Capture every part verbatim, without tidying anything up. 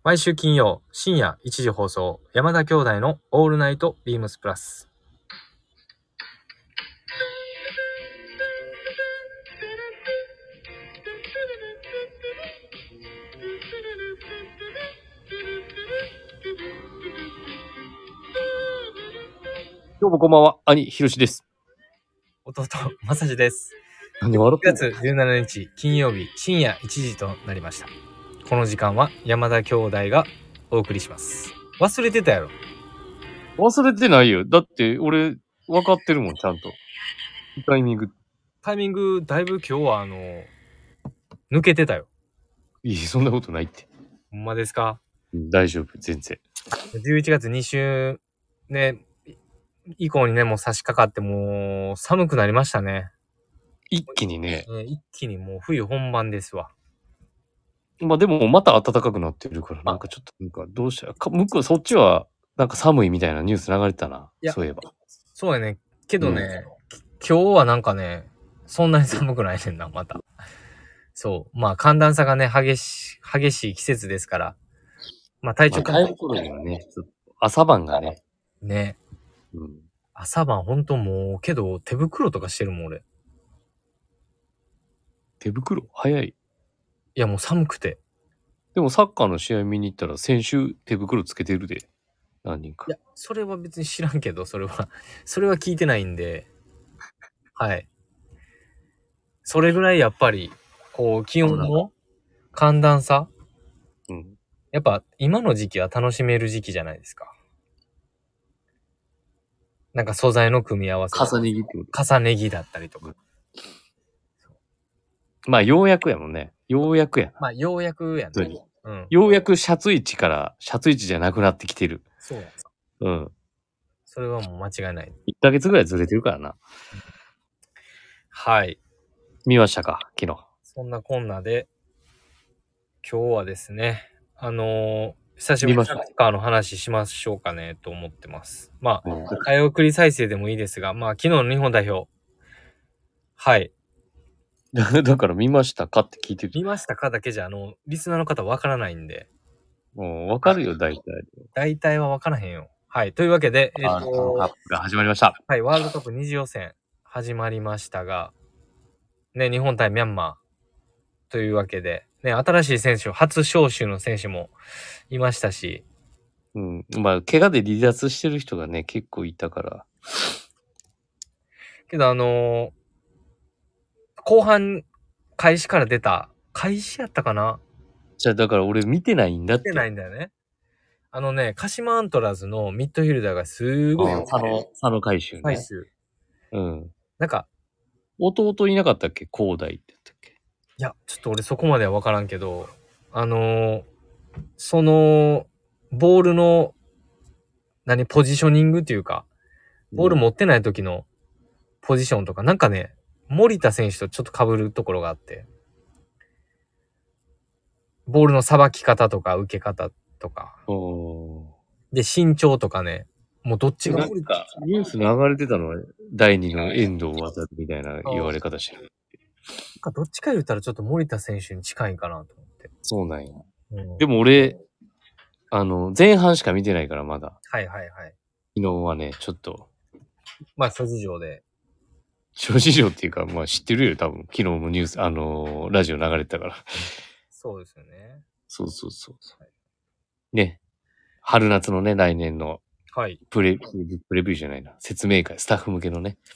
毎週金曜深夜いちじ放送、山田兄弟のオールナイトビームスプラス。 どうもこんばんは、兄ひろしです。 弟まさしです。 何笑ってんの？ しがつじゅうしちにち金曜日深夜いちじとなりました。この時間は山田兄弟がお送りします。忘れてたやろ？ 忘れてないよ。だって俺分かってるもん、ちゃんと。タイミング。 タイミングだいぶ今日はあの抜けてたよ。 いい、そんなことないって。 ほんまですか？ うん、大丈夫、全然。 じゅういちがつに週ね以降にねもう差し掛かってもう寒くなりましたね。 一気にね。 えー一気にもう冬本番ですわ。 まあでもまた暖かくなってるから、なんかちょっと、なんかどうしたら、か向こうそっちはなんか寒いみたいなニュース流れてたな。 いやそういえば。 そうやね。けどね、今日はなんかね、そんなに寒くないねんな、また。そう。まあ寒暖差がね、激し、激しい季節ですから。まあ体調まあ、帰る頃にはね、ちょっと朝晩がね。 ね。 うん。 朝晩ほんともう、けど手袋とかしてるもん俺。 手袋早い。 いやもう寒くて。 でもサッカーの試合見に行ったら先週手袋つけてるで。何人か。 いや、それは別に知らんけど、それは、それは聞いてないんで。はい。それぐらいやっぱり、こう、気温の寒暖差うん。 やっぱ今の時期は楽しめる時期じゃないですか。なんか素材の組み合わせ。 重ね着ってこと？ 重ね着だったりとか。 まあようやくやもんね。ようやくやな。 まあようやくやね。うん。 ようやくシャツ位置からシャツ位置じゃなくなってきてる。 そうや。 うん。 それはもう間違いない。 いっかげつぐらいずれてるからな。 はい。 見ましたか、昨日。 そんなこんなで、今日はですね、あのー、久しぶりにサッカーの話しましょうかねと思ってます。まあ、早送り再生でもいいですが、まあ昨日の日本代表。はい。 だから見ましたかって聞いてる。 見ましたかだけじゃ、あの、リスナーの方わからないんで。 もうわかるよ、大体。 大体はわからへんよ。はい。というわけで、えっと、 ワールドカップが始まりました。 はい、ワールドカップ二次予選始まりましたが、ね、日本対ミャンマーというわけで、ね、新しい選手、初招集の選手もいましたし。 うん。まあ、怪我で離脱してる人がね、結構いたから。 けど、あのー、後半、開始から出た、開始やったかな？ じゃあ、だから俺見てないんだって。 見てないんだよね。あのね、鹿島アントラーズのミッドフィルダーがすごい良くて。 佐野、佐野海舟ね。 海舟。 うん。 なんか、 弟いなかったっけ？広大って言ったっけ？ いや、ちょっと俺そこまでは分からんけど、あのー、その、ボールの、何、ポジショニングっていうか、ボール持ってない時のポジションとか、なんかね、森田選手とちょっと被るところがあって、ボールのさばき方とか受け方とか、で、身長とかね、もうどっちが。 なんか、ニュース流れてたのは、第二の遠藤航みたいな言われ方してる。 なんかどっちか言ったらちょっと森田選手に近いかなと思って。 そうなんや。 うん、 でも俺、あの、前半しか見てないからまだ。 はいはいはい。 昨日はね、ちょっと。 まあ諸事情で。 諸事情っていうか、まあ知ってるよ、多分。昨日もニュース、あのー、ラジオ流れてたから。 そうですよね。 そうそうそうそう。はい、ね。春夏のね、来年の。 はい。 プレ、プレビューじゃないな。説明会、スタッフ向けのね。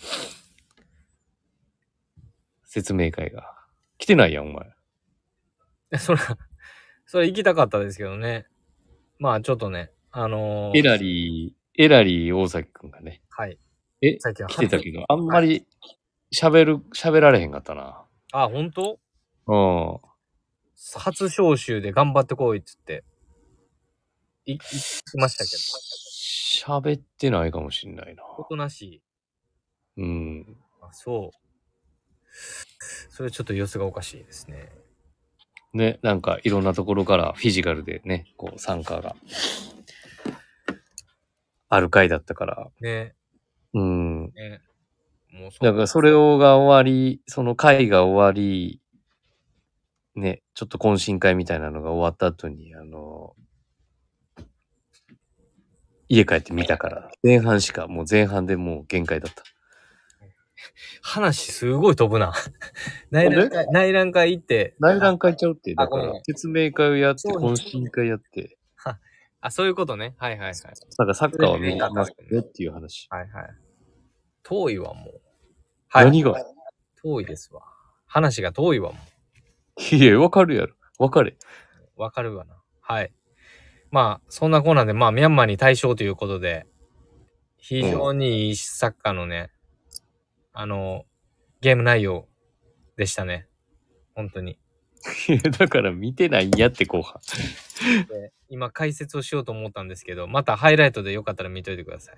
説明会が。来てないやん、お前。 それ、それ行きたかったですけどね。まあちょっとね、あのー、 エラリー、エラリー大崎くんがね。 はい。 え、来てたけど、あんまり喋る、喋られへんかったな。 あ、ほんと？ うん。 初招集で頑張ってこいっつって、い、言ってましたけど。喋ってないかもしんないな。 おとなしい。 うん。 あ、そう。それちょっと様子がおかしいですね。 ね、なんかいろんなところからフィジカルでね、こう参加がある回だったから。 ね。 うん。 ね。もうそだからそれをが終わり、その会が終わり、ね、ちょっと懇親会みたいなのが終わった後に、あの、 家帰って見たから、前半しか、もう前半でもう限界だった。 話すごい飛ぶな。内覧会、内覧会行って。 内覧会ちゃうって、 あだから、説明会をやって、懇親会やって。 あ、そういうことね。はいはいはい。 なんかサッカーは見ますよっていう話。 はいはい。遠いわ、もう。 はい。何が遠いですわ。話が遠いわ、もう。いや、わかるやろ。わかれ。 わかるわな。はい。まあ、そんなコーナーで、まあ、ミャンマーに対象ということで、非常にいいサッカーのね、うん、あの、ゲーム内容でしたね。本当に。 いや、だから見てないんやって、後半。 で今、解説をしようと思ったんですけど、またハイライトでよかったら見といてください。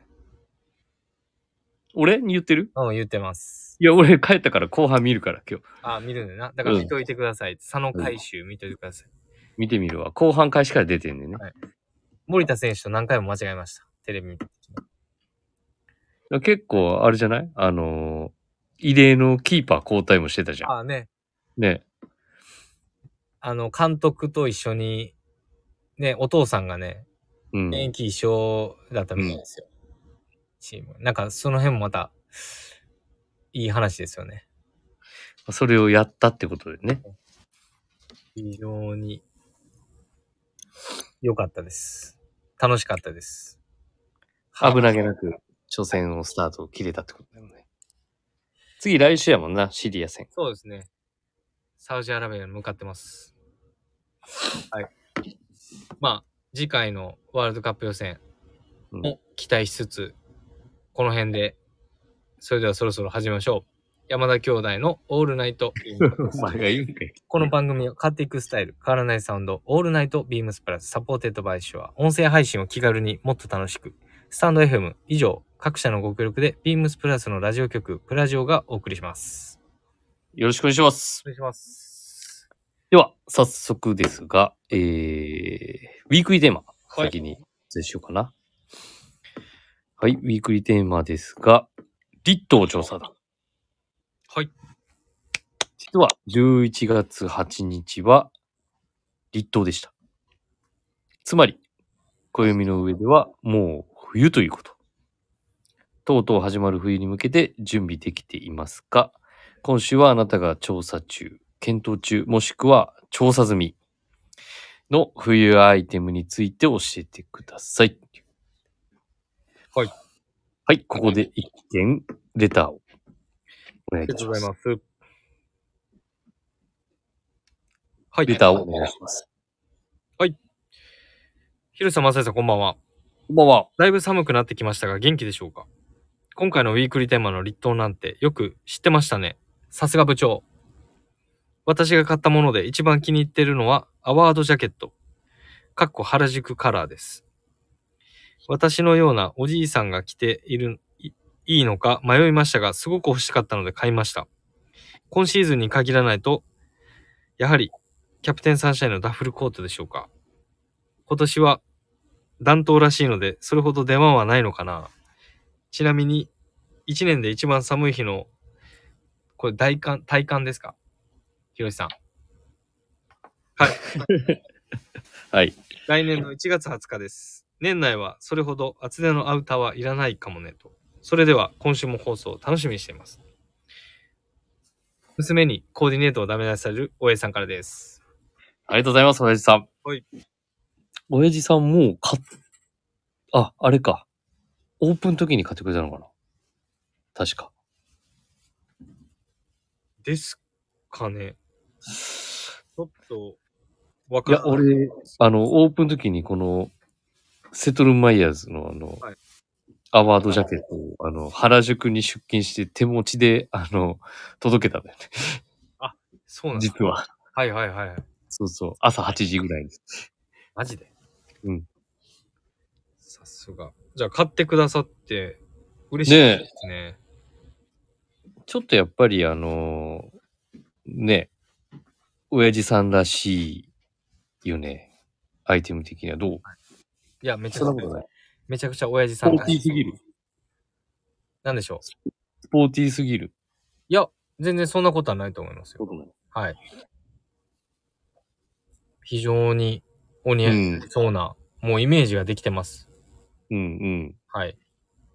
俺に言ってる？ うん、言ってます。 いや、俺帰ったから後半見るから、今日。 あ、見るんだな。だから見といてください。うん、佐野回収見といてください、うん。 見てみるわ。後半開始から出てんねんね。はい。 森田選手と何回も間違えました。テレビ見て。 結構、あれじゃない？あのー、異例のキーパー交代もしてたじゃん。 ああね。 ね。 あの、監督と一緒に、ね、お父さんがね、現役一緒だったみたいですよ。うん、チーム。なんか、その辺もまた、いい話ですよね。 それをやったってことでね。 非常に、良かったです。楽しかったです。 危なげなく、初戦をスタートを切れたってことだよね。次、来週やもんな、シリア戦。 そうですね。サウジアラビアに向かってます。はい。まあ、次回のワールドカップ予選も期待しつつ、うん、この辺で、それではそろそろ始めましょう。山田兄弟のオールナイトビームス。お前が言うんかい。この番組を変わっていくスタイル、変わらないサウンド、オールナイトビームスプラスサポーテッドバイシュア。音声配信を気軽にもっと楽しく。スタンド エフエム 以上、各社のご協力でビームスプラスのラジオ局、プラジオがお送りします。 よろしくお願いします。 お願いします。 では、早速ですが、えー、ウィークリーテーマ、先にお伝えしようかな。はい、ウィークリーテーマですが、立東調査団。 はい。 実はじゅういちがつはちにちは立冬でした。つまり、暦の上ではもう冬ということ。とうとう始まる冬に向けて準備できていますか？今週はあなたが調査中、検討中、もしくは調査済みの冬アイテムについて教えてください。 はい。 はい、ここで一件レターをお願いいたします。 ありがとうございます。はい。 レターをお願いします。 はい。ひろしさん、まさやさん、こんばんは。 こんばんは。 だいぶ寒くなってきましたが、元気でしょうか？今回のウィークリーテーマの立冬なんてよく知ってましたね。さすが部長。私が買ったもので一番気に入っているのはアワードジャケット。かっこ原宿カラーです。私のようなおじいさんが着ている、いいいのか迷いましたが、すごく欲しかったので買いました。今シーズンに限らないと、やはりキャプテンサンシャインのダッフルコートでしょうか。今年は暖冬らしいので、それほど出番はないのかな。ちなみに、一年で一番寒い日の、これ大寒、体感ですか？ひろしさん。はい。 はい。 来年のいちがつはつかです。年内はそれほど厚手のアウターはいらないかもねと。それでは今週も放送を楽しみにしています。娘にコーディネートをダメ出しされる親父さんからです。 ありがとうございます、親父さん。 はい。 親父さんもう買っ、あ、あれか。オープンの時に買ってくれたのかな？確か。 ですかね。ちょっと、わかんない。 いや、俺、あの、オープンの時にこの、セトルマイヤーズのあの、はい、アワードジャケットを、あの、原宿に出勤して手持ちで、あの、届けたんだよね。 あ、そうなんだ。 実は。 はいはいはい。 そうそう。朝はちじぐらいに。 マジで？ うん。 さすが。じゃあ買ってくださって嬉しいですね。ね、 ちょっとやっぱりあのー、ね、親父さんらしいよね。アイテム的にはどう？ いや、めちゃくちゃ、めちゃくちゃ親父さんらしい。 スポーティーすぎる。 なんでしょう。 スポーティーすぎる。 いや、全然そんなことはないと思いますよ。はい。非常にお似合いそうな、うん、もうイメージができてます。 うんうん。 はい。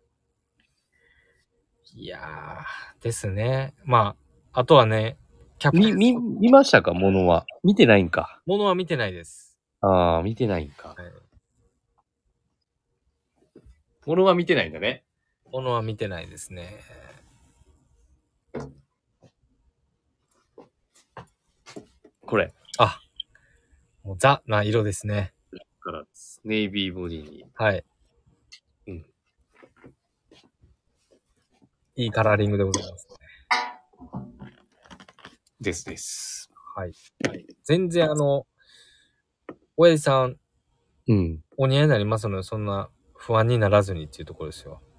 いやー、ですね。まあ、あとはね、キャプテみ、 ン、 み、見ましたかものは。見てないんか。 ものは見てないです。 ああ、見てないんか。 はい。 ものは見てないんだね。 ものは見てないですね。 これ。 あ、もうザな色ですね。 からです。ネイビーボディに。 はい。 うん。 いいカラーリングでございます。 ですです。 はい。全然あの、親父さん、 うん。 お似合いになりますので、そんな不安にならずにっていうところですよ。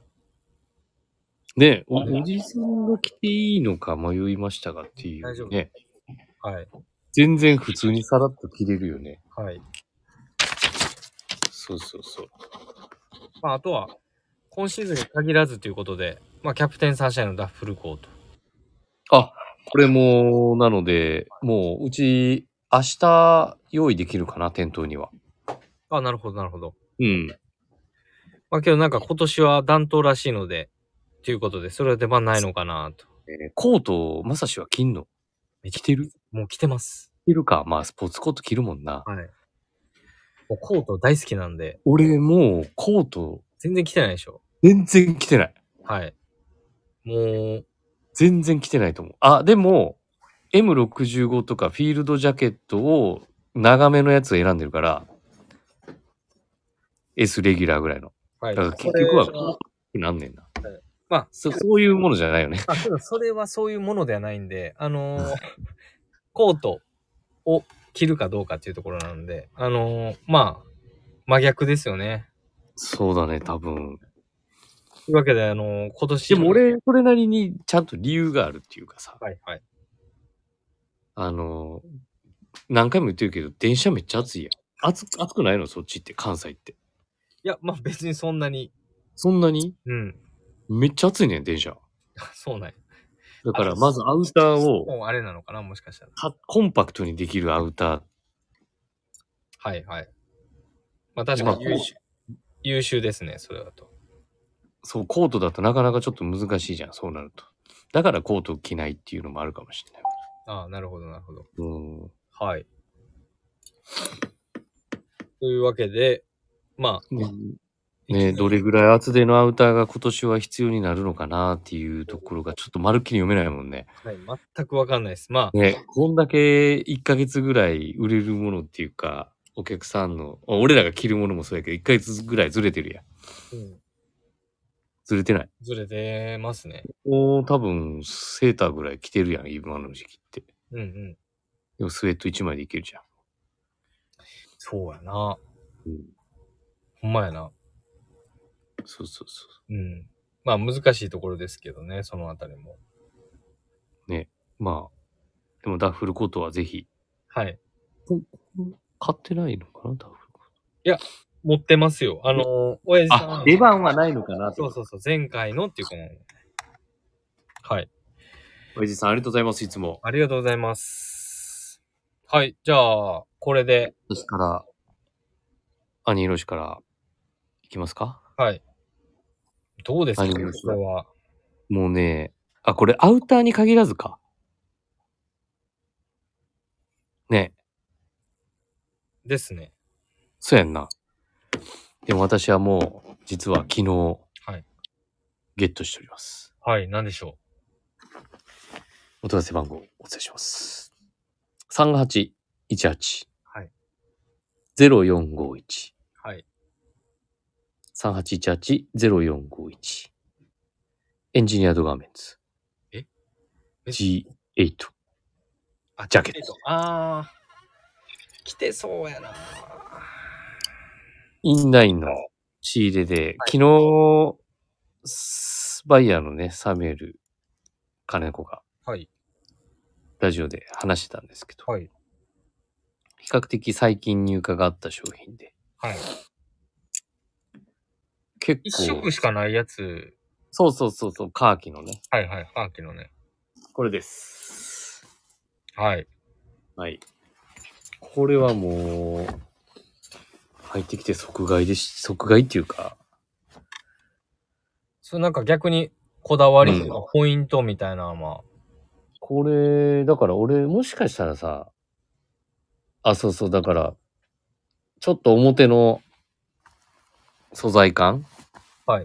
ねお、 ね、 おじさんが着ていいのか迷いましたがってい大丈夫。 うね。 はい。 全然普通にさらっと着れるよね。 はい。 そうそうそう。 まあ、あとは、今シーズンに限らずということで、まあ、キャプテンサンシャインのダッフルコート。 あ、これも、なので、もう、うち、明日用意できるかな、店頭には。 あ、なるほど、なるほど。 うん。 まあ、けどなんか今年は暖冬らしいので、ということで、それは出番ないのかなと。 えーコート、まさしは着んのめちゃ着てるもう着てます。 着るか。まあ、スポーツコート着るもんな。 はい。もうコート大好きなんで、 俺、もう、コート、 全然着てないでしょ。 全然着てない。 はい。もう、 全然着てないと思う。あ、でも、エムろくじゅうご とかフィールドジャケットを長めのやつを選んでるから、S レギュラーぐらいの。 はい。 だからこれ結局は、こは、 うなんねんな。 まあ、 そそういうものじゃないよね。 あ、けどそれはそういうものではないんで、あのーコートを着るかどうかっていうところなんで、あのーまあ、真逆ですよね。 そうだね、多分。 というわけで、あのー今年、 でも俺、それなりにちゃんと理由があるっていうかさ、 はいはい。 あの、何回も言ってるけど、電車めっちゃ暑いやん。暑く、暑くないのそっちって、関西って。 いや、まあ別にそんなに、 そんなにうん。 めっちゃ暑いねん、電車。 そうなんや。 だから、まずアウターを、 もうあれなのかな、もしかしたら。 はコンパクトにできるアウター。 はいはい。まあ確まあ、 かに優秀、優秀ですね、それだと。 そう、コートだとなかなかちょっと難しいじゃん、そうなると。だからコートを着ないっていうのもあるかもしれない。 ああ、なるほど、なるほど。 うん。 はい。というわけで、まあ、 ね、ね、どれぐらい厚手のアウターが今年は必要になるのかなっていうところがちょっとまるっきり読めないもんね。 はい、全くわかんないです。まあ、 ね、こんだけいっかげつぐらい売れるものっていうか、お客さんの、あ俺らが着るものもそうやけど、いっかげつぐらいずれてるやん。 うん、 ずれてない。 ずれてますね。 もう多分、セーターぐらい着てるやん、今の時期って。 うんうん。 でもスウェットいちまいでいけるじゃん。 そうやな。 うん。 ほんまやな。 そうそうそうん。まあ難しいところですけどね、そのあたりも。 う。ね。まあ、でもダッフルコートはぜひ。 はい。 買ってないのかな、ダッフルコーいや、持ってますよ。あのー、親父ト。 さん。 あ、出番はないのかなってこと。 そうそうそう、前回のっていうかな。はい。 おじさん、ありがとうございます、いつも。 ありがとうございます。はい。じゃあ、これで、 私から、兄ひろしから、いきますか。 はい。どうですか、 兄ひろしは。 これは。 もうね、あ、これアウターに限らずか。ね。 ですね。 そうやんな。でも私はもう、実は昨日、 はい。 ゲットしております。 はい。なんでしょお問い合わせ番号お伝えします。さんはちいちはちう。はい。 ゼロよんごいち。 はい。 さんはちいちはちゼロよんごいち。エンジニアードガーメンツ。 えジーエイト。 あ、 ジャケット。 あー。来てそうやな。 インラインの仕入れで、昨日、スバイヤーのね、サミュエル金子がはい。 ラジオで話してたんですけど、 はい。 比較的最近入荷があった商品で、 はい。 結一構、 色しかないやつ。 そうそうそうそう、カーキのね、 はいはい。カーキのね。 これです。 はい。 はい。これはもう、 入ってきて即買いでし、即買いっていうか。 それなんか逆にこだわりとかポイントみたいなのは、 これ、だから俺もしかしたらさ、あ、そうそう、だから、ちょっと表の素材感はい。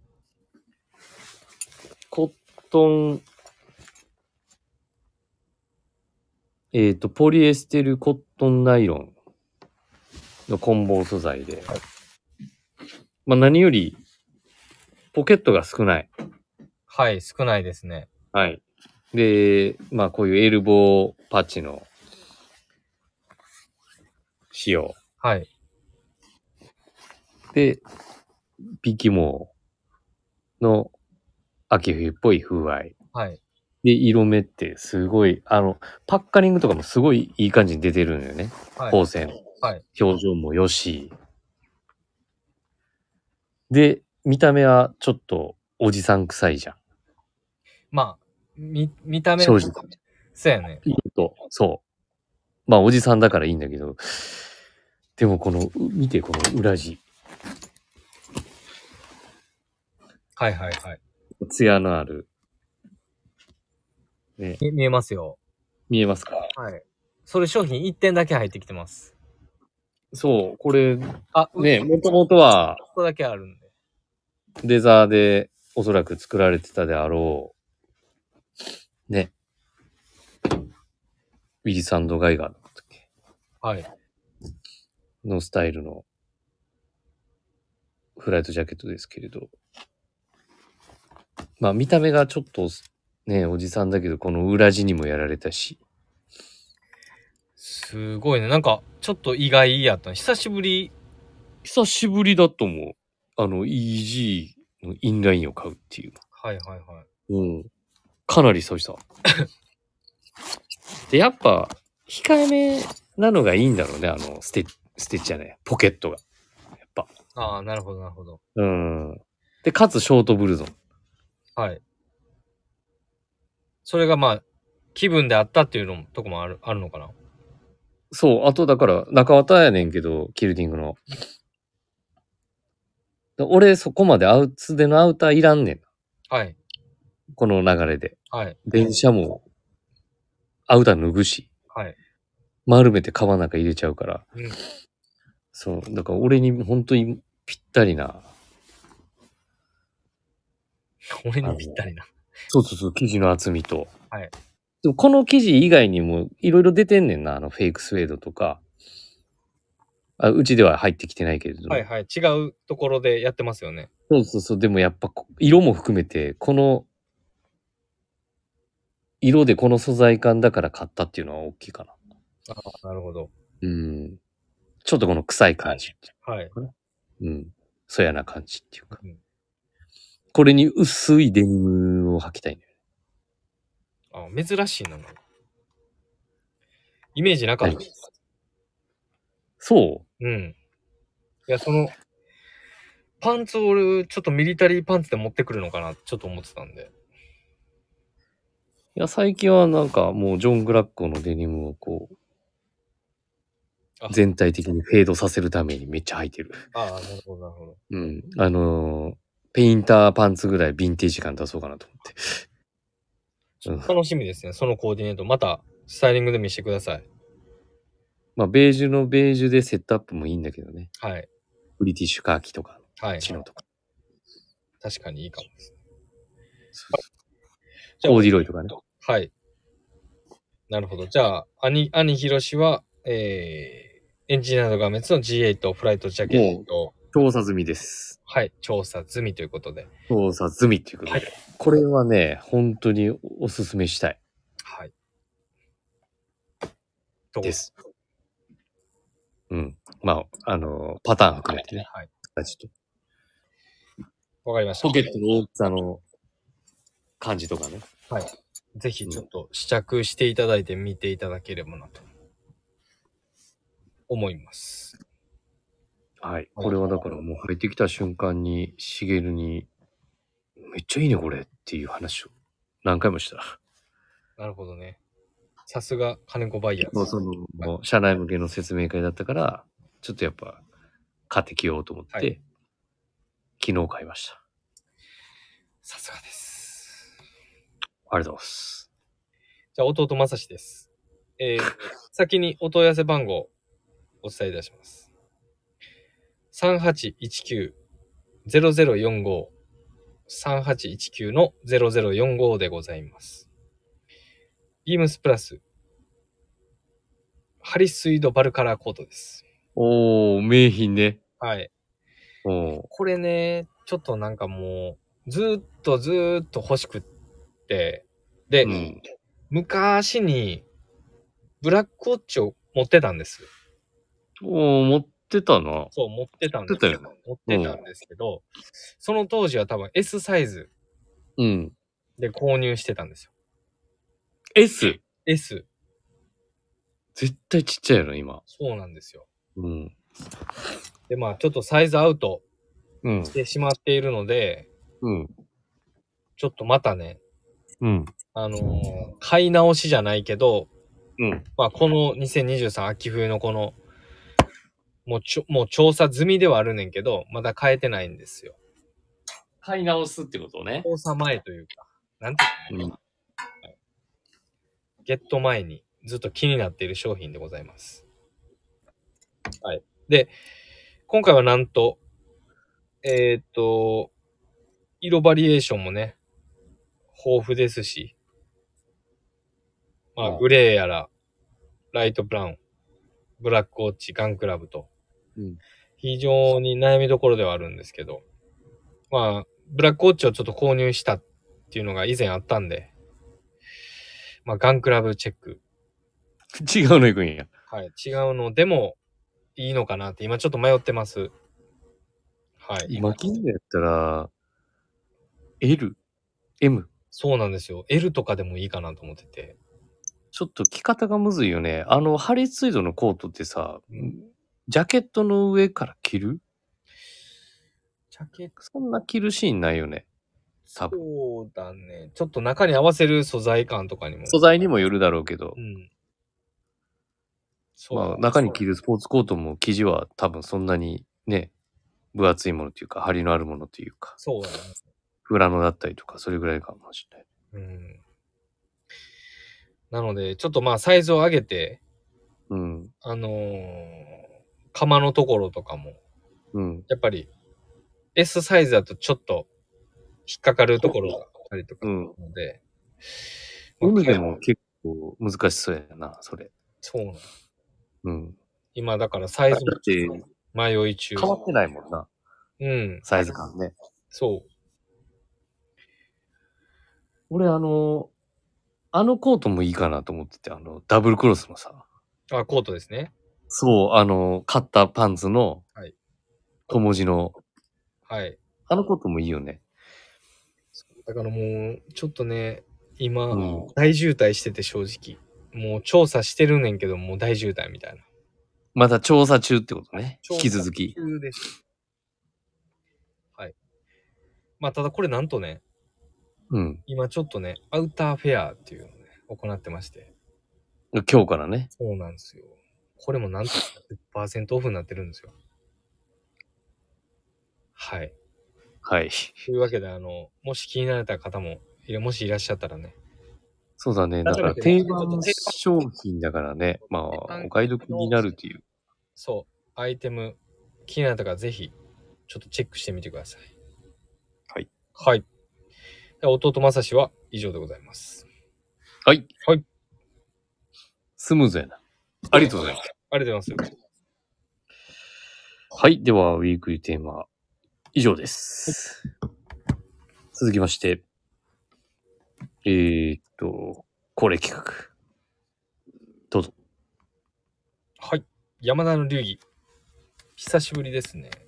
コットン、えっ、と、ポリエステルコットンナイロンの混紡素材で、 はいまあ何よりポケットが少ない。 はい、少ないですね。 はい。で、まあこういうエルボーパッチの仕様。 はい。 で、ピキモの秋冬っぽい風合い。 はい。 で、色目ってすごい、あの、パッカリングとかもすごいいい感じに出てるんだよね。 はい。 光線。 はい。 表情もよし。で、見た目はちょっとおじさん臭いじゃん。 まあ、見、見た目正直。 そうやね。 言うと、そう。まあおじさんだからいいんだけど、でもこの、見てこの裏地。 はいはいはい。 艶のある。ね。 見見えますよ。 見えますか？ はい。それ商品いってんだけ入ってきてます。 そう、これ、 あ、 ね、もともとはここだけあるんで。 レザーでおそらく作られてたであろう、ね。ウィリサンド・ガイガーだったっけはい。 のスタイルのフライトジャケットですけれど。まあ見た目がちょっとね、おじさんだけど、この裏地にもやられたし。 すごいね。なんか、ちょっと意外やった。久しぶり。 久しぶりだと思う。あの、イージー のインラインを買うっていう。 はいはいはい。 うん。かなり久々。で、やっぱ、控えめなのがいいんだろうね。あの、ステッ、ステッチじゃねポケットが。やっぱ。 ああ、なるほどなるほど。 うん。で、かつショートブルゾン。 はい。それがまあ、気分であったっていうのも、とこもある、あるのかな。 そう、あとだから中綿やねんけど、キルティングの。俺そこまでアウツでのアウターいらんねん。 はい。 この流れで。 はい。 電車もアウター脱ぐし、 はい。 丸めてカバンの中入れちゃうから。 うん。 そう、だから俺に本当にぴったりな。 俺にぴったりな。 そうそうそう、生地の厚みと。 はい。 でもこの生地以外にもいろいろ出てんねんな。あのフェイクスウェードとか。あ、うちでは入ってきてないけれども。 はいはい。違うところでやってますよね。 そうそうそう。でもやっぱこ色も含めて、この色でこの素材感だから買ったっていうのは大きいかな。 ああ、なるほど。 うん。ちょっとこの臭い感じ。 はい。 うん。そやな感じっていうか。 うんこれに薄いデニムを履きたいんだよね。 あ、珍しいな。イメージなかった。 そううん。いや、その、パンツを俺、ちょっとミリタリーパンツで持ってくるのかな、ちょっと思ってたんで。 いや、最近はなんかもうジョン・グラッコのデニムをこう、 あ全体的にフェードさせるためにめっちゃ履いてる。 ああ、なるほど、なるほど。 うん。あのーペインターパンツぐらいヴィンテージ感出そうかなと思って。うん楽しみですね、そのコーディネート。また、スタイリングで見せてください。 まあ、ベージュのベージュでセットアップもいいんだけどね。 はい。 ブリティッシュカーキとか、 はい。 チノとか。 確かにいいかもです。 コーディロイとかね。 はい。なるほど。じゃあ、兄、兄ひろしは、えー、エンジニアード画面の ジーエイト フライトジャケット、 調査済みです。 はい、調査済みということで。 調査済みっていうことで。 はいこれはね、本当におすすめしたいはい。どうです。うん。まあ、あの、パターン含めてね。 はい。 形と。 わかりました。 ポケットの大きさの感じとかね。 はい。ぜひちょっと試着していただいて見ていただければなと思います。 はい。これはだからもう入ってきた瞬間に、しげるに、めっちゃいいね、これっていう話を何回もした。 なるほどね。さすが金子バイヤーズ。 もうその、もう社内向けの説明会だったから、ちょっとやっぱ、 買ってきようと思って、 はい、 昨日買いました。 さすがです。 ありがとうございます。 じゃあ、弟まさしです。えー、先にお問い合わせ番号お伝えいたします。さんはちいちきゅう ゼロゼロよんご さんはちいちきゅうのゼロゼロよんごでございます。ビームスプラスハリスイードバルカラーコートです。 おー、名品ね。 はい。 おー。 これね、ちょっとなんかもう、ずーっとずーっと欲しくって、で、 うん、 昔にブラックウォッチを持ってたんです。 おー、持ってたな。 そう、持ってたんですよ。 持ってたよね。 持ってたんですけど、その当時は多分 S サイズうん。 で購入してたんですよ。 S? S。 絶対ちっちゃいやろ、今。 そうなんですよ。 うん。 で、まあ、ちょっとサイズアウトうん。 してしまっているので、 うん。 ちょっとまたね、 うん。 あのー買い直しじゃないけど、 うん。 まあ、このにせんにじゅうさん秋冬のこの、もうちょ、もう調査済みではあるねんけど、まだ買えてないんですよ。 買い直すってことね。 調査前というか、なんていうの、 うん。 ゲット前にずっと気になっている商品でございます。はい。で、今回はなんと、えーっと、色バリエーションもね、豊富ですし、まあ、グレーやら、ライトブラウン、ブラックウォッチ、ガンクラブと、 うん。 非常に悩みどころではあるんですけど、まあ、ブラックウォッチをちょっと購入したっていうのが以前あったんで、まあ、ガンクラブチェック。 違うの行くんや。 はい。違うのでもいいのかなって今ちょっと迷ってます。はい。 今金やったら、L、M。 そうなんですよ。L とかでもいいかなと思ってて。 ちょっと着方がむずいよね。あの、ハリツイードのコートってさ、 うん、 ジャケットの上から着るジャケット、 そんな着るシーンないよね。多分。 そうだね。ちょっと中に合わせる素材感とかにも。 素材にもよるだろうけど、 うん。そう。 まあ中に着るスポーツコートも生地は多分そんなにね、分厚いものというか、張りのあるものというか、 そうだね。 フラノだったりとか、それぐらいかもしれない。 うん。なので、ちょっとまあサイズを上げて、 うん。 あのー、釜のところとかも、 うん。 やっぱり S サイズだとちょっと引っかかるところがあったりとかうん。 ので、まあ M でも結構難しそうやな、それ。 そうなの。 うん。 今だからサイズもだって迷い中。 変わってないもんな、 うん。 サイズ感ね。 そ俺あの、あのコートもいいかなと思ってて、あの、ダブルクロスのさ、 う。あ、コートですね。 そう、あの、カッターパンツのはい。 小文字の、 はい。 あのコートもいいよね。 だからもう、ちょっとね、今、 うん。 大渋滞してて正直。もう調査してるねんけど、もう大渋滞みたいな。 まだ調査中ってことね。引き調査続き。 中です。はい。まあ、ただこれなんとね、 うん。 今ちょっとね、アウターフェアっていうのをね、行ってまして。 今日からね。 そうなんですよ。これもなんとじゅっパーセントオフになってるんですよ。はい。 はい。 というわけで、あの、もし気になれた方も、いやもしいらっしゃったらね。 そうだね。だから定番商品だからね。まあ、お買い得になるっていう。 そう。アイテム、気になった方ぜひ、ちょっとチェックしてみてください。 はい。 はい。弟まさしは以上でございます。 はい。 はい。 スムーズやな。ありがとうございます。 ありがとうございます。 はい。では、ウィークリーテーマ、以上です。続きまして、えー、っと、恒例企画。どうぞ。 はい。山田の流儀。久しぶりですね。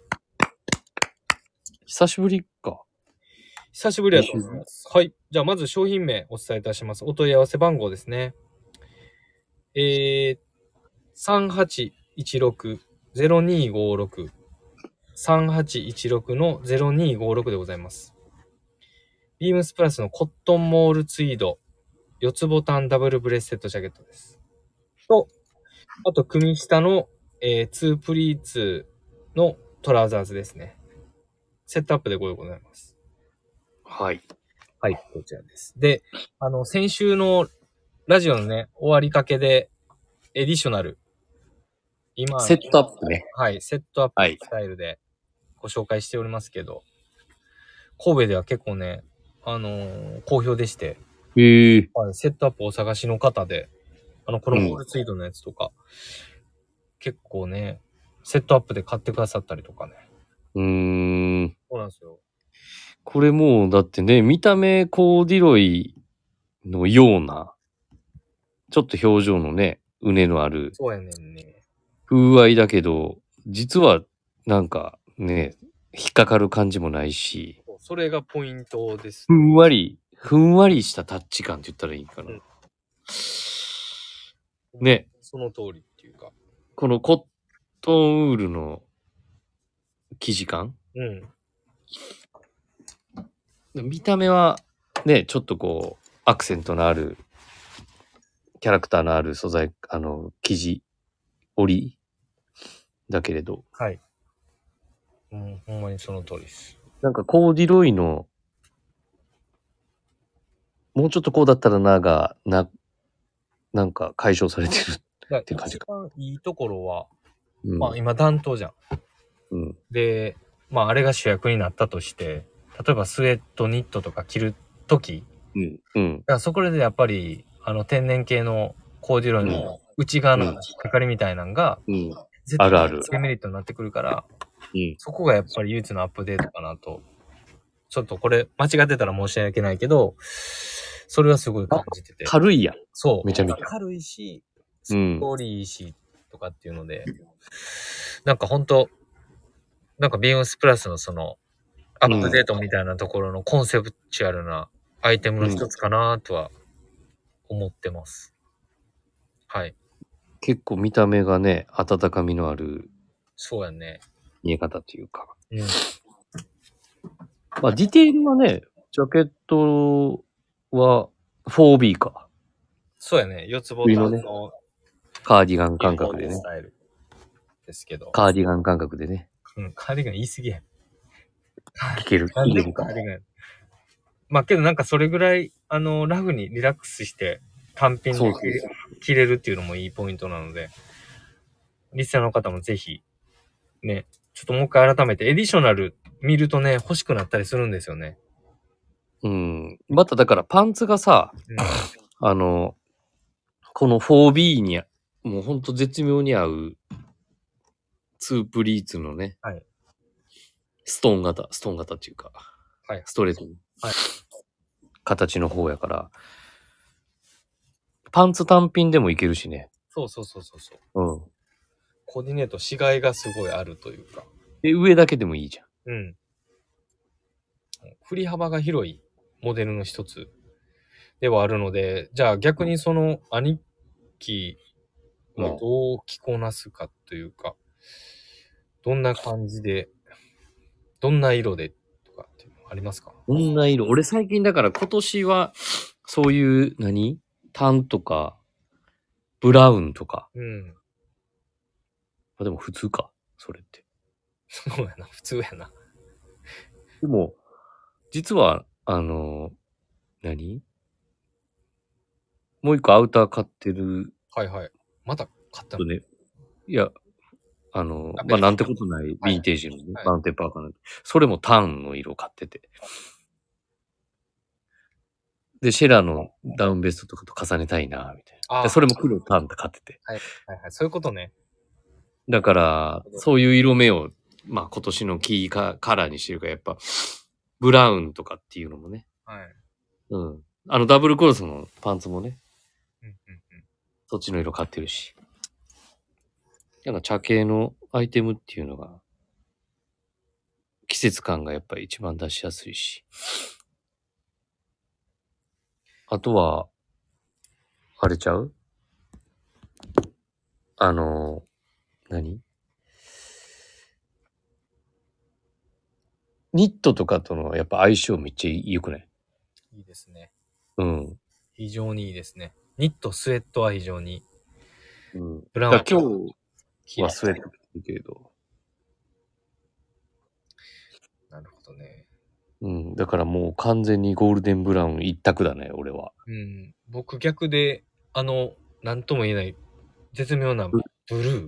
久しぶりか。 久しぶりだと思います。はい。じゃあ、まず商品名お伝えいたします。お問い合わせ番号ですね。えー、さんはちいちろく ゼロにごろく さんはちいちろくのゼロにごろくでございます。ビームスプラスのコットンモールツイードよつボタンダブルブレステッドジャケットです。と、あと、組下の、えー、ツープリーツのトラウザーズですね。セットアップでご用意ございます。 はい。 はい、こちらです。で、あの、先週のラジオのね、終わりかけで、エディショナル。今、 セットアップね。 はい、セットアッはいプスタイルでご紹介しておりますけど、神戸では結構ね、あのー好評でして、 へえ。 はい、セットアップお探しの方で、あの、このボールツイートのやつとか、結構ね、セットアップで買ってくださったりとかね。 うーん。 そうなんですよ。 これもう、だってね、見た目コーディロイのような、ちょっと表情のね、うねのあるそうやねんね。 風合いだけど、実はなんかね、引っかかる感じもないし、 そうそれがポイントですふ。んわり、ふんわりしたタッチ感って言ったらいいかな。 うんね。 その通りっていうか。 このコットンウールの生地感、 うん。 見た目はね、ちょっとこう、アクセントのある、キャラクターのある素材、あの、生地、織りだけれど、 はい。うん、ほんまにその通りです。 なんかコーディロイの、もうちょっとこうだったらなが、な、なんか解消されてる。 だて感じ一番いいところは、 うん。 まあ今暖冬じゃん。 うん。 で、まああれが主役になったとして、例えばスウェット、ニットとか着るとき、 うん。うん。 だからそこでやっぱり、あの天然系のコーディロイの内側の引っかかりみたいなのが、 うん。 絶あるあるデメリットになってくるから、 うん。 そこがやっぱり唯一のアップデートかなと。ちょっとこれ間違ってたら申し訳ないけど、それはすごい感じてて。 軽いやん。 そう。 めちゃめちゃ軽いし、スうん。 トーリーいいし、とかっていうので、なんかほんと、なんかビームスプラスのその、アップデートみたいなところのコンセプチュアルなアイテムの一つかなとは思ってます。はい。 結構見た目がね、温かみのあるそうやね。 見え方というか。 うん。 まあ、ディテールはね、ジャケットは フォービー か。 そうやね。四つボタンのカーディガン感日本覚でね。 のスタイルですけど。 カーディガン感覚でね。 うん、カーディガン言い過ぎやん。 いける。 なんでいけるかカーディガン。まあけどなんかそれぐらい、あの、ラフにリラックスして単品でそうそうそ着れるっていうのもいいポイントなので、リスナーの方もぜひ、ね、ちょっともう一回改めてエディショナル見るとね、欲しくなったりするんですよね。 う。うん。まただからパンツがさ、 うん。 あの、この フォービー に、もうほんと絶妙に合う、ツープリーツのね、 はい。 ストーン型、ストーン型っていうか、 はい。 ストレートのはい形の方やから、パンツ単品でもいけるしね。 そうそうそうそうそう。 うん。 コーディネートしがいがすごいあるというか。 で、上だけでもいいじゃん。 うん。振り幅が広いモデルの一つではあるので、じゃあ逆にその兄貴はどう着こなすかというか、どんな感じで、どんな色でとかっていうのありますか？ こんな色。俺最近だから今年は、そういう何、タンとか、ブラウンとか。 うん。 あ、でも普通か。それって。 そうやな、普通やな。 でも、実は、あの、何もう一個アウター買ってるはいはい。また買ったの？ とね。いや、あの、 あまあ、なんてことない、ヴィンテージのね、 はいマウンテンパーカーなんで、それもタンの色買ってて。で、シェラのダウンベストとかと重ねたいな、みたいな。 ああ、 でそれも黒タンで買ってて。 はいはいはい。そういうことね。 だから、そういう色目を、まあ、今年のキーカカラーにしてるから、やっぱ、ブラウンとかっていうのもね。 はい。 うん。あの、ダブルクロスのパンツもね、 うんうんうん。 そっちの色買ってるし。なんか茶系のアイテムっていうのが、季節感がやっぱり一番出しやすいし。あとは、あれちゃうあの、何ニットとかとのやっぱ相性めっちゃ良くない？ いいですね。 うん。 非常にいいですね。ニット、スウェットは非常に。 うん。 ブラウンだから今日はスウェット着てるけど、 なるほどね。 うん。だからもう完全にゴールデンブラウン一択だね、俺は。 うん。僕逆で、あの、なんとも言えない絶妙なブルー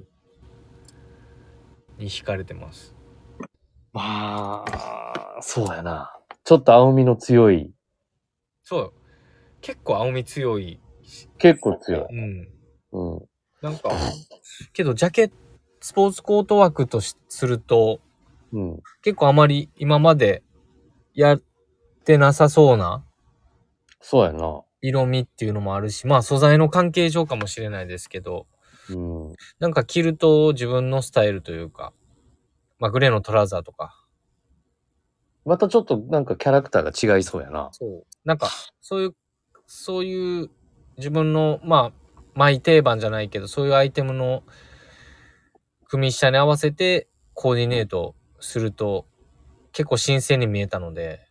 に惹かれてます。 まあ、そうやな。ちょっと青みの強い。 そう。結構青み強い。 結構強い。 うん。 うん。 なんか、けどジャケット、スポーツコート枠としすると、 うん。 結構あまり今までやってなさそうなそうやな。 色味っていうのもあるし、まあ素材の関係上かもしれないですけど、 うん。 なんか着ると自分のスタイルというか、まあグレーのトラウザーとか、 またちょっとなんかキャラクターが違いそうやな。 そう。なんか、そういう、そういう自分の、まあ、マイ定番じゃないけど、そういうアイテムの組み下に合わせてコーディネートすると結構新鮮に見えたので、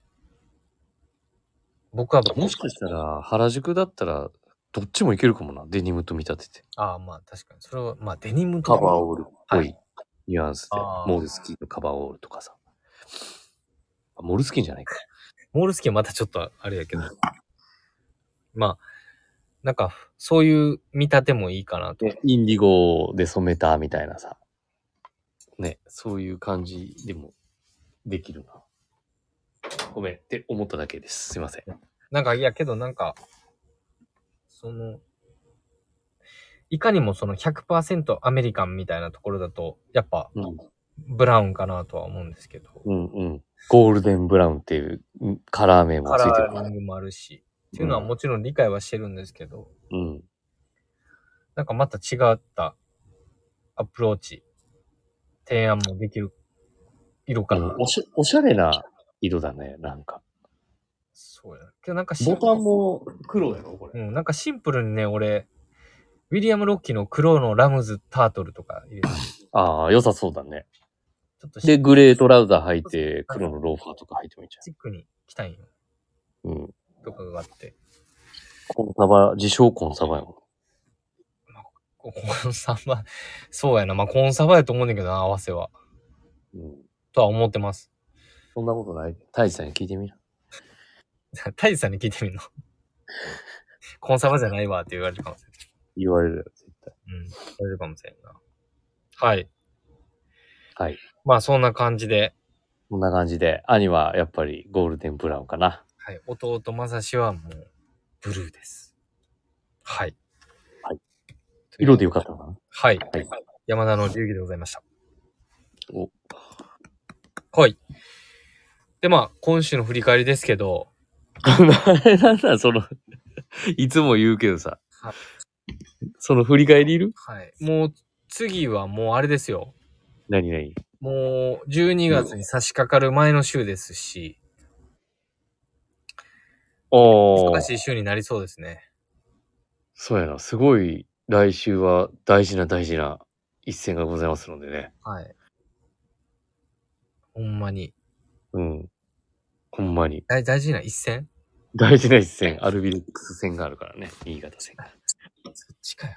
僕は、 もしかしたら原宿だったらどっちもいけるかもな。デニムと見立てて。 ああ、まあ確かに。それは、まあデニムとカバーオールっぽはいいニュアンスで。 あーモールスキーのカバーオールとかさ。あモールスキーじゃないか。 モールスキーはまたちょっとあれやけど。まあ、なんか、そういう見立てもいいかなと。 で、インディゴで染めたみたいなさ。ね、そういう感じでもできるな。ごめんって思っただけです。すいません。 なんか、いやけどなんか、その、いかにもその ひゃくパーセント アメリカンみたいなところだと、やっぱ、 うん。 ブラウンかなとは思うんですけど。 うんうん。ゴールデンブラウンっていううんカラー名もカついてるから。 ラーリングもあるし、っていうのはもちろん理解はしてるんですけど、 うん。 なんかまた違ったアプローチ、提案もできる色かな。 うんおしおしゃれな色だね、なんか。 そうやな。けどなんかシンボタンも黒やろ、これ。 うん、なんかシンプルにね、俺、ウィリアム・ロッキーの黒のラムズ・タートルとか入れて、 ああ、良さそうだね。 ちょっとで、 シグレートラウザー履いて、黒のローファーとか履いてもいいじックに着たいんよ。 ゃん。うん。 とかがあって。 コンサバ、自称コンサバやもまあ、コンサバ、そうやな。まあ、コンサバやと思うんだけどな、合わせは。 ん。うん。 とは思ってます。 そんなことない。タイジさんに聞いてみな。 タイジさんに聞いてみるの。コンサバじゃないわって言われるかもしれない。 言われるよ、絶対。 うん。言われるかもしれんな。はい。 はい。 まあ、そんな感じで。 こんな感じで、兄はやっぱりゴールデンブラウンかな。 はい。弟まさしはもう、ブルーです。はい。 はい。色でよかったかな。 はい。 はい山田の流儀でございました。 お。 はい。で、まあ、今週の振り返りですけど、 なんだ、その、いつも言うけどさ。 はいその振り返りいるはい。もう、次はもうあれですよ。 何何もう、じゅうにがつに差し掛かる前の週ですし、 おー。 忙しい週になりそうですね。 そうやな。すごい、来週は大事な大事な一戦がございますのでね。 はい。ほんまに。 うん。ほんまに。 大大事な一戦大事な一戦、アルビレックス戦があるからね。新潟戦が。 そっちかよ。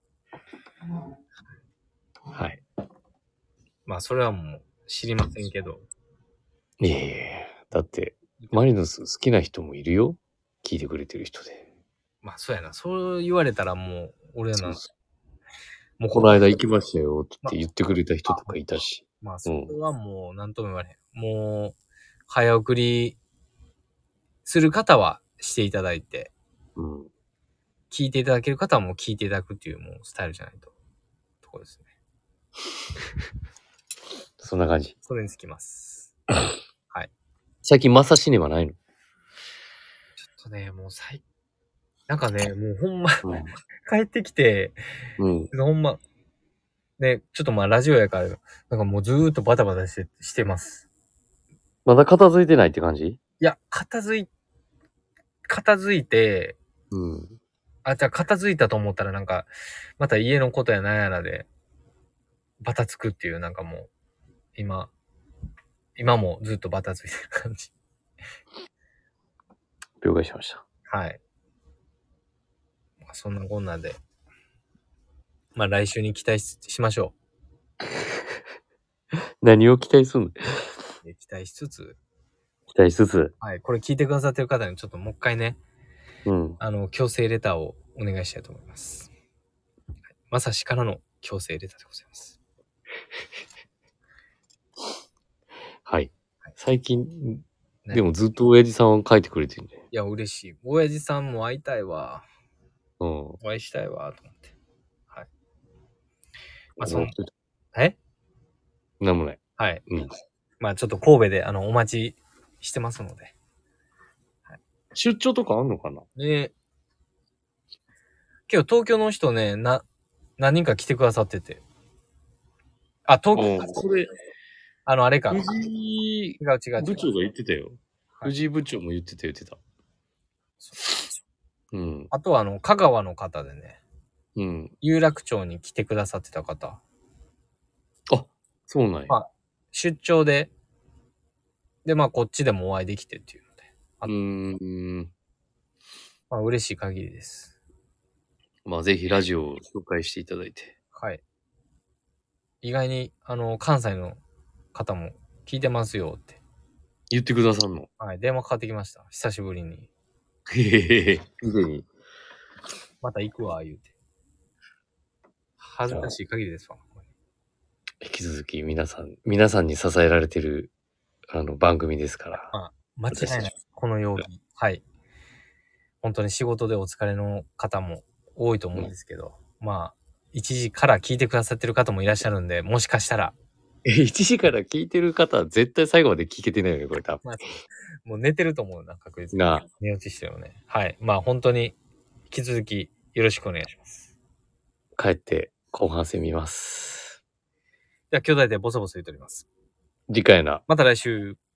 はい。 まあ、それはもう知りませんけど。 いえいえ。だって、マリノス好きな人もいるよ。聞いてくれてる人で。 まあ、そうやな。そう言われたらもう、俺の、 そうそもうこの間行きましたよって言ってくれた人とかいたし。 まあ、それはもう、なんとも言われへん。もう、早送りする方はしていただいて、 うん。 聞いていただける方はもう聞いていただくっていうもうスタイルじゃないと。ところですね。 そんな感じ。 それにつきます。 最近マサシネはないの？ ちょっとね、もう最、なんかね、もうほんま、帰ってきて、 うん。 ほんま、ね、ちょっとまあラジオやから、なんかもうずーっとバタバタして、してます。 まだ片付いてないって感じ？ いや、片付い、片付いて、 うん。 あ、じゃあ片付いたと思ったらなんか、また家のことやなんやらで、バタつくっていうなんかもう、今、今もずっとバタついてる感じ。 了解しました。 はい。まあ、そんなこんなんで、まあ来週に期待ししましょ何を期待すんの？ う。期待しつつ、 期待しつつ。 はい、これ聞いてくださってる方にちょっともう一回ね、 うん。 あの、強制レターをお願いしたいと思います。まさしからの強制レターでございます。 はい。 はい、 最近、 ね、 でもずっと親父さんは書いてくれてるね。 いや、嬉しい。親父さんも会いたいわ。 うん。 お会いしたいわ、と思って。はい。まあ、その思ってた。 えなんもない。 はい。 うん。 まあ、ちょっと神戸で、あの、お待ちしてますので。 出張とかあんのかな？ で、今日東京の人ね、な、何人か来てくださってて。あ、東京、 うん。それ、 あの、あれか。 藤井違う違う違う。 部長が言ってたよ。 はい藤井部長も言ってた言ってた。うん。 あとは、あの、香川の方でね、 うん。 有楽町に来てくださってた方。 あ、そうなんや。 まあ、出張で、で、まあ、こっちでもお会いできてっていうので。 うーん。 まあ、嬉しい限りです。 まあ、ぜひラジオを紹介していただいて。 はい。意外に、あの、関西の方も聞いてますよって。 言ってくださんの。 はい。電話かかってきました。久しぶりに。 へへへ。すでに。 また行くわ、言うて。恥ずかしい限りですわ。 引き続き皆さん、皆さんに支えられてる、あの、番組ですから。 まあ、間違いない。この曜日。はい。本当に仕事でお疲れの方も多いと思うんですけど、うん、まあ、いちじから聞いてくださってる方もいらっしゃるんで、もしかしたら。 え、いちじから聞いてる方は絶対最後まで聞けてないよね、これ多分。 まあ、もう寝てると思うな、確実に。 なあ。 寝落ちしてるよね。はい。まあ、本当に、引き続きよろしくお願いします。 帰って後半戦見ます。 では、兄弟でボソボソ言っております。 次回な。 また来週。